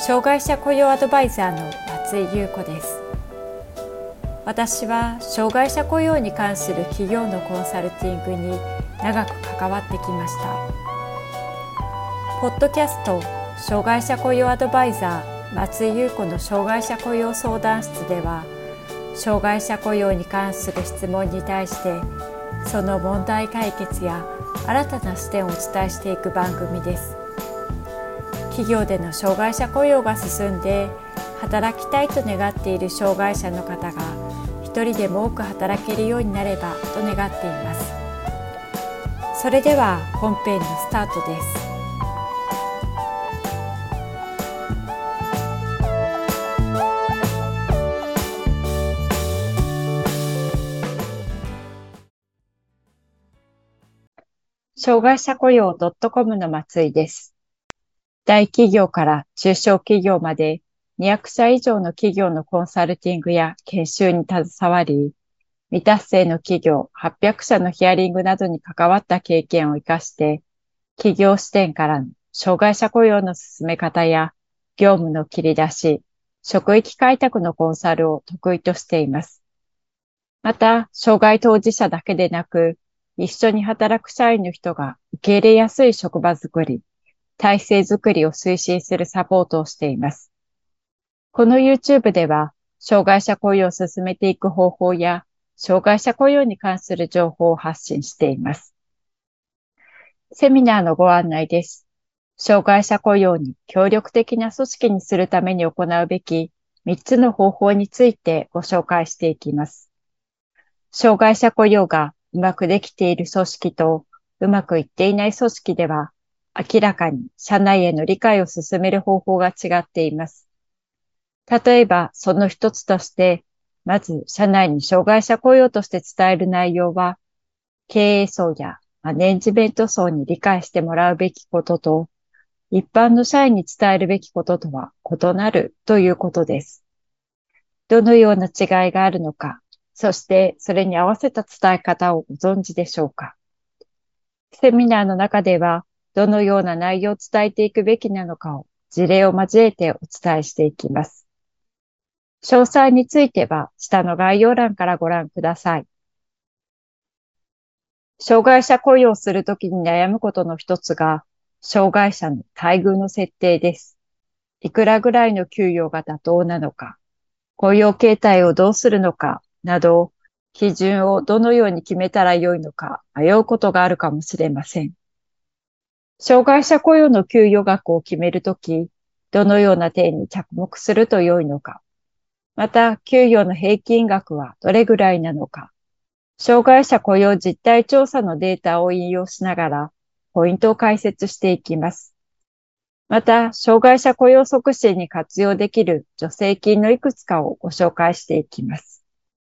障害者雇用アドバイザーの松井優子です。私は障害者雇用に関する企業のコンサルティングに長く関わってきました。ポッドキャスト障害者雇用アドバイザー松井優子の障害者雇用相談室では、障害者雇用に関する質問に対してその問題解決や新たな視点をお伝えしていく番組です。企業での障害者雇用が進んで働きたいと願っている障害者の方が一人でも多く働けるようになればと願っています。それでは本編のスタートです。障害者雇用 .com の松井です。大企業から中小企業まで200社以上の企業のコンサルティングや研修に携わり、未達成の企業800社のヒアリングなどに関わった経験を生かして、企業視点からの障害者雇用の進め方や業務の切り出し、職域開拓のコンサルを得意としています。また、障害当事者だけでなく、一緒に働く社員の人が受け入れやすい職場づくり、体制づくりを推進するサポートをしています。この YouTube では、障害者雇用を進めていく方法や、障害者雇用に関する情報を発信しています。セミナーのご案内です。障害者雇用に協力的な組織にするために行うべき3つの方法についてご紹介していきます。障害者雇用がうまくできている組織とうまくいっていない組織では、明らかに社内への理解を進める方法が違っています。例えば、その一つとして、まず社内に障害者雇用として伝える内容は、経営層やマネージメント層に理解してもらうべきことと、一般の社員に伝えるべきこととは異なるということです。どのような違いがあるのか、そしてそれに合わせた伝え方をご存知でしょうか。セミナーの中では、どのような内容を伝えていくべきなのかを事例を交えてお伝えしていきます。詳細については下の概要欄からご覧ください。障害者雇用をするときに悩むことの一つが、障害者の待遇の設定です。いくらぐらいの給与が妥当なのか、雇用形態をどうするのかなど、基準をどのように決めたらよいのか迷うことがあるかもしれません。障害者雇用の給与額を決めるとき、どのような点に着目すると良いのか、また、給与の平均額はどれぐらいなのか、障害者雇用実態調査のデータを引用しながら、ポイントを解説していきます。また、障害者雇用促進に活用できる助成金のいくつかをご紹介していきます。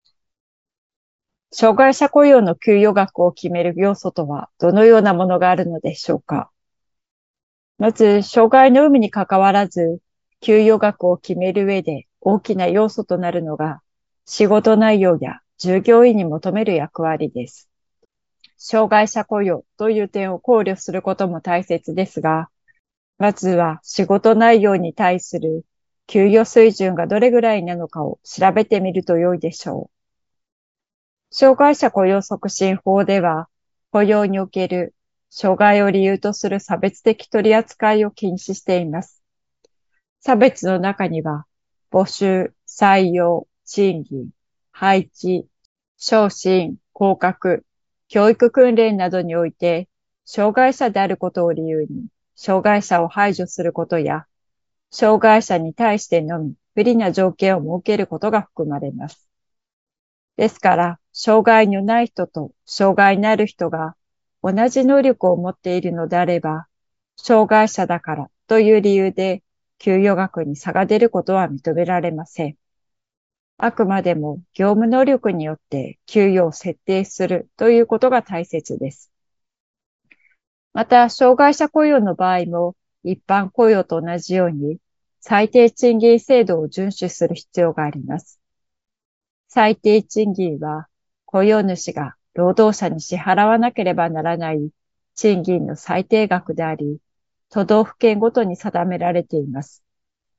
障害者雇用の給与額を決める要素とはどのようなものがあるのでしょうか。まず、障害の有無にかかわらず、給与額を決める上で大きな要素となるのが、仕事内容や従業員に求める役割です。障害者雇用という点を考慮することも大切ですが、まずは仕事内容に対する給与水準がどれぐらいなのかを調べてみると良いでしょう。障害者雇用促進法では、雇用における障害を理由とする差別的取り扱いを禁止しています。差別の中には、募集、採用、賃金、配置、昇進、降格、教育訓練などにおいて、障害者であることを理由に、障害者を排除することや、障害者に対してのみ不利な条件を設けることが含まれます。ですから、障害のない人と障害のある人が同じ能力を持っているのであれば、障害者だからという理由で給与額に差が出ることは認められません。あくまでも業務能力によって給与を設定するということが大切です。また、障害者雇用の場合も一般雇用と同じように最低賃金制度を遵守する必要があります。最低賃金は雇用主が労働者に支払わなければならない賃金の最低額であり、都道府県ごとに定められています。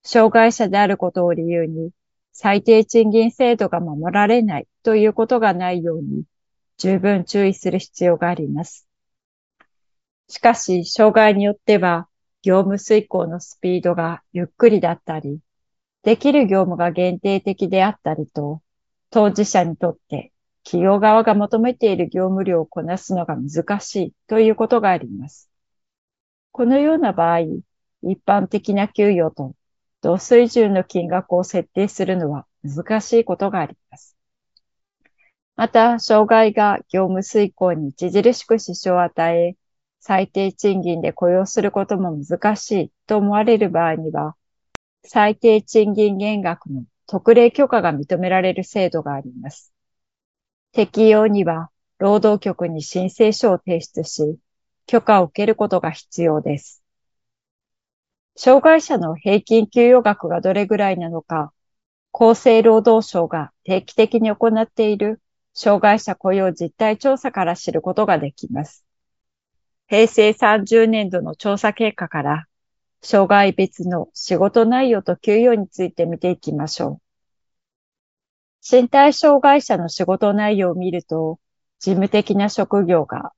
障害者であることを理由に、最低賃金制度が守られないということがないように、十分注意する必要があります。しかし、障害によっては、業務遂行のスピードがゆっくりだったり、できる業務が限定的であったりと、当事者にとって企業側が求めている業務量をこなすのが難しいということがあります。このような場合、一般的な給与と同水準の金額を設定するのは難しいことがあります。また、障害が業務遂行に著しく支障を与え、最低賃金で雇用することも難しいと思われる場合には、最低賃金減額の特例許可が認められる制度があります。適用には、労働局に申請書を提出し、許可を受けることが必要です。障害者の平均給与額がどれぐらいなのか、厚生労働省が定期的に行っている障害者雇用実態調査から知ることができます。平成30年度の調査結果から、障害別の仕事内容と給与について見ていきましょう。身体障害者の仕事内容を見ると、事務的な職業が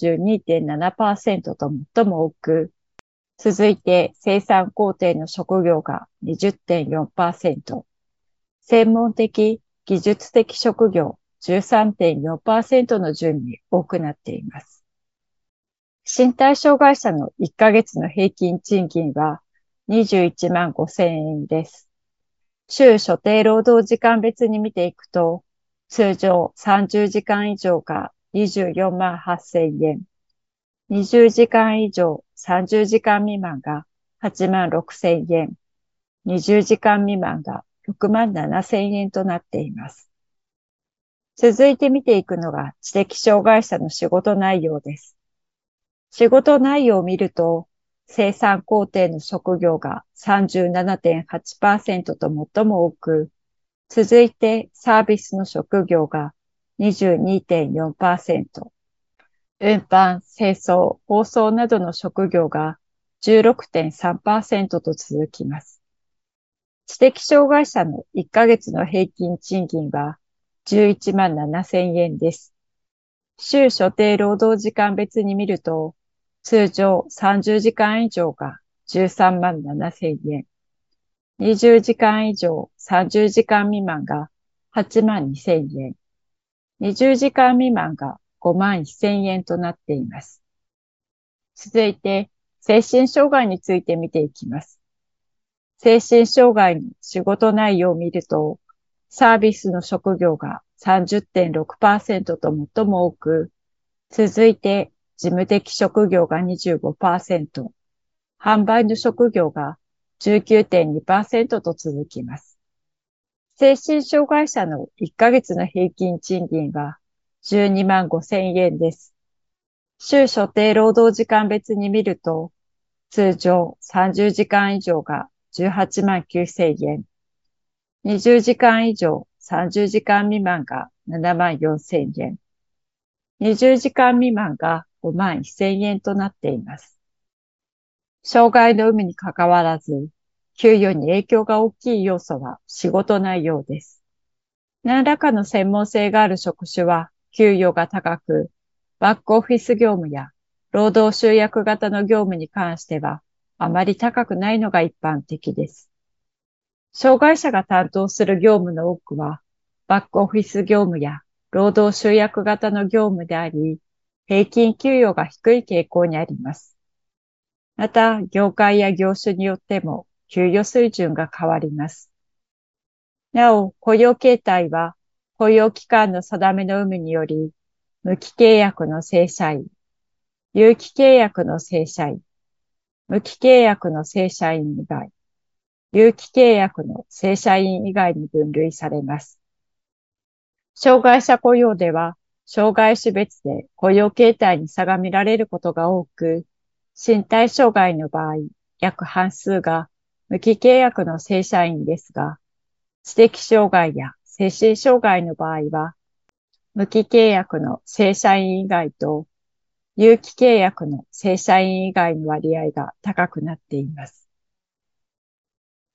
32.7% と最も多く、続いて生産工程の職業が 20.4%、専門的、技術的職業 13.4% の順に多くなっています。身体障害者の1ヶ月の平均賃金は21万5千円です。週所定労働時間別に見ていくと、通常30時間以上が24万8千円、20時間以上30時間未満が8万6千円、20時間未満が6万7千円となっています。続いて見ていくのが知的障害者の仕事内容です。仕事内容を見ると、生産工程の職業が 37.8% と最も多く、続いてサービスの職業が 22.4%、運搬、清掃、包装などの職業が 16.3% と続きます。知的障害者の1ヶ月の平均賃金は11万7千円です。週所定労働時間別に見ると、通常30時間以上が13万7千円、20時間以上30時間未満が8万2千円、20時間未満が5万1千円となっています。続いて、精神障害について見ていきます。精神障害の仕事内容を見ると、サービスの職業が 30.6% と最も多く、続いて事務的職業が 25%、販売の職業が 19.2% と続きます。精神障害者の1ヶ月の平均賃金は12万5千円です。週所定労働時間別に見ると、通常30時間以上が18万9千円、20時間以上30時間未満が7万4千円、20時間未満が5万1千円となっています。障害の有無にかかわらず、給与に影響が大きい要素は仕事内容です。何らかの専門性がある職種は給与が高く、バックオフィス業務や労働集約型の業務に関してはあまり高くないのが一般的です。障害者が担当する業務の多くは、バックオフィス業務や労働集約型の業務であり、平均給与が低い傾向にあります。また、業界や業種によっても給与水準が変わります。なお、雇用形態は、雇用期間の定めの有無により、無期契約の正社員、有期契約の正社員、無期契約の正社員以外、有期契約の正社員以外に分類されます。障害者雇用では、障害種別で雇用形態に差が見られることが多く、身体障害の場合、約半数が無期契約の正社員ですが、知的障害や精神障害の場合は、無期契約の正社員以外と、有期契約の正社員以外の割合が高くなっています。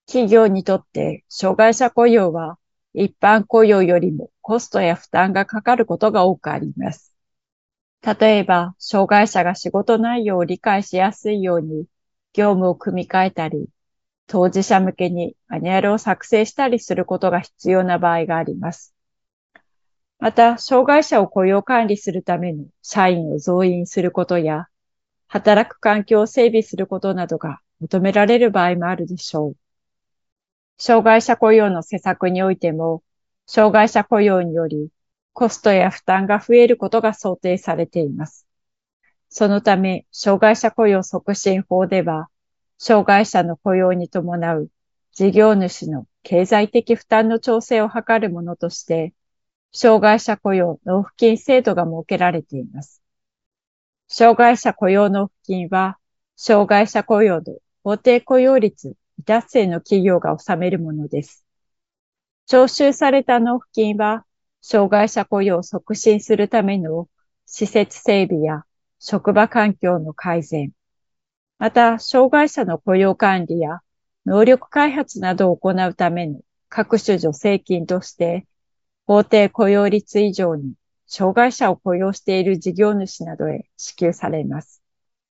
企業にとって障害者雇用は一般雇用よりもコストや負担がかかることが多くあります。例えば、障害者が仕事内容を理解しやすいように業務を組み替えたり、当事者向けにマニュアルを作成したりすることが必要な場合があります。また、障害者を雇用管理するための社員を増員することや、働く環境を整備することなどが求められる場合もあるでしょう。障害者雇用の施策においても、障害者雇用によりコストや負担が増えることが想定されています。そのため、障害者雇用促進法では、障害者の雇用に伴う事業主の経済的負担の調整を図るものとして、障害者雇用納付金制度が設けられています。障害者雇用納付金は、障害者雇用の法定雇用率未達成の企業が納めるものです。徴収された納付金は、障害者雇用を促進するための施設整備や職場環境の改善、また、障害者の雇用管理や能力開発などを行うための各種助成金として、法定雇用率以上に障害者を雇用している事業主などへ支給されます。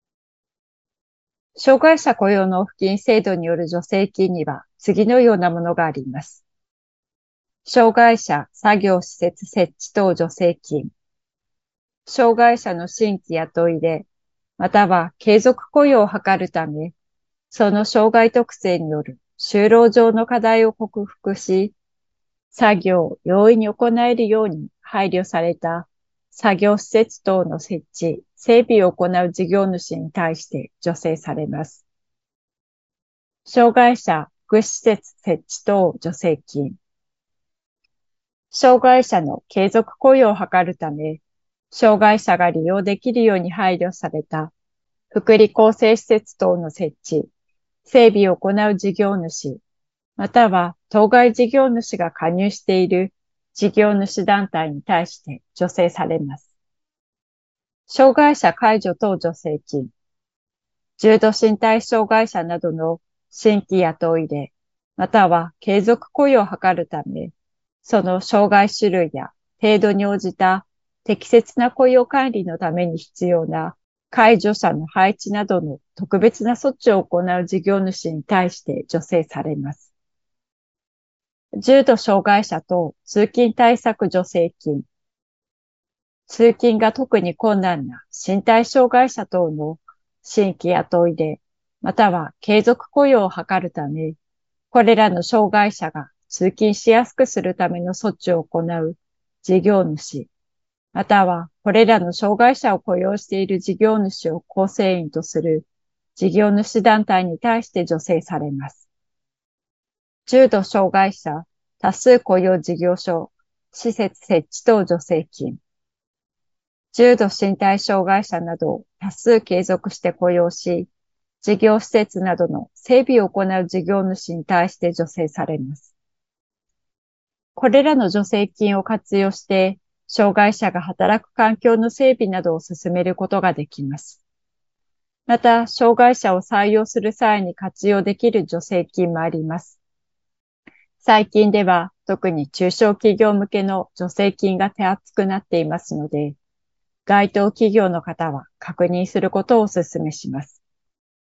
障害者雇用納付金制度による助成金には次のようなものがあります。障害者作業施設設置等助成金。障害者の新規雇いで、または継続雇用を図るため、その障害特性による就労上の課題を克服し、作業を容易に行えるように配慮された作業施設等の設置、整備を行う事業主に対して助成されます。障害者福祉施設設置等助成金。障害者の継続雇用を図るため、障害者が利用できるように配慮された福利厚生施設等の設置、整備を行う事業主、または当該事業主が加入している事業主団体に対して助成されます。障害者介助等助成金。重度身体障害者などの新規雇いで、または継続雇用を図るため、その障害種類や程度に応じた適切な雇用管理のために必要な介助者の配置などの特別な措置を行う事業主に対して助成されます。重度障害者等通勤対策助成金。通勤が特に困難な身体障害者等の新規雇いで、または継続雇用を図るため、これらの障害者が通勤しやすくするための措置を行う事業主、またはこれらの障害者を雇用している事業主を構成員とする事業主団体に対して助成されます。重度障害者多数雇用事業所施設設置等助成金。重度身体障害者などを多数継続して雇用し、事業施設などの整備を行う事業主に対して助成されます。これらの助成金を活用して、障害者が働く環境の整備などを進めることができます。また、障害者を採用する際に活用できる助成金もあります。最近では、特に中小企業向けの助成金が手厚くなっていますので、該当企業の方は確認することをお勧めします。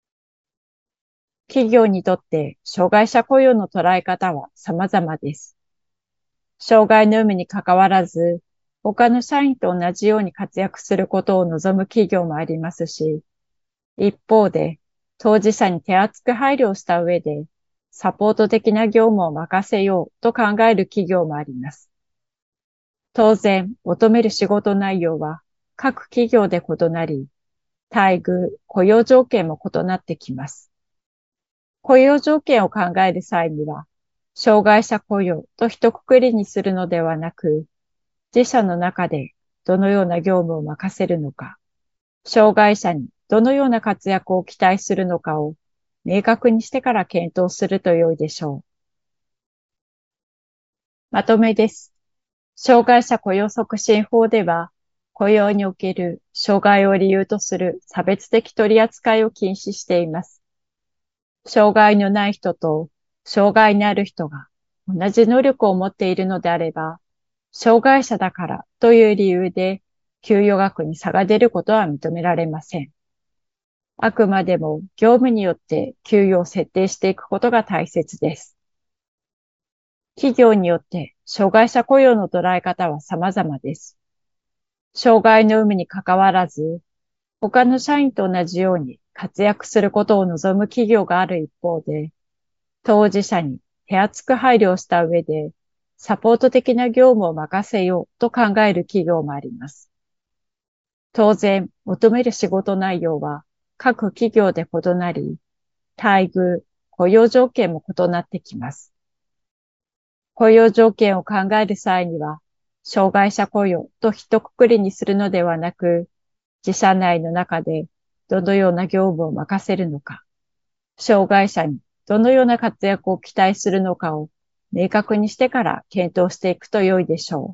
企業にとって障害者雇用の捉え方は様々です。障害の有無にかかわらず、他の社員と同じように活躍することを望む企業もありますし、一方で当事者に手厚く配慮した上で、サポート的な業務を任せようと考える企業もあります。当然、求める仕事内容は各企業で異なり、待遇、雇用条件も異なってきます。雇用条件を考える際には、障害者雇用と一括りにするのではなく、自社の中でどのような業務を任せるのか、障害者にどのような活躍を期待するのかを明確にしてから検討すると良いでしょう。まとめです。障害者雇用促進法では、雇用における障害を理由とする差別的取り扱いを禁止しています。障害のない人と障害のある人が同じ能力を持っているのであれば、障害者だからという理由で給与額に差が出ることは認められません。あくまでも業務によって給与を設定していくことが大切です。企業によって障害者雇用の捉え方は様々です。障害の有無にかかわらず、他の社員と同じように活躍することを望む企業がある一方で、当事者に手厚く配慮をした上で、サポート的な業務を任せようと考える企業もあります。当然、求める仕事内容は各企業で異なり、待遇、雇用条件も異なってきます。雇用条件を考える際には、障害者雇用と一括りにするのではなく、自社内の中でどのような業務を任せるのか、障害者にどのような活躍を期待するのかを明確にしてから検討していくと良いでしょう。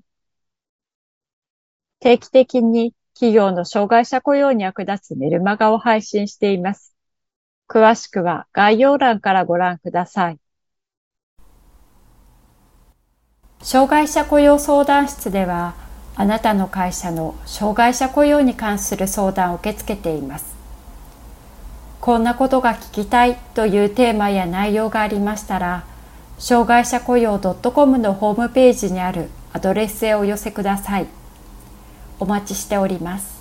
定期的に企業の障害者雇用に役立つメルマガを配信しています。詳しくは概要欄からご覧ください。障害者雇用相談室では、あなたの会社の障害者雇用に関する相談を受け付けています。こんなことが聞きたいというテーマや内容がありましたら、障害者雇用 .com のホームページにあるアドレスへお寄せください。お待ちしております。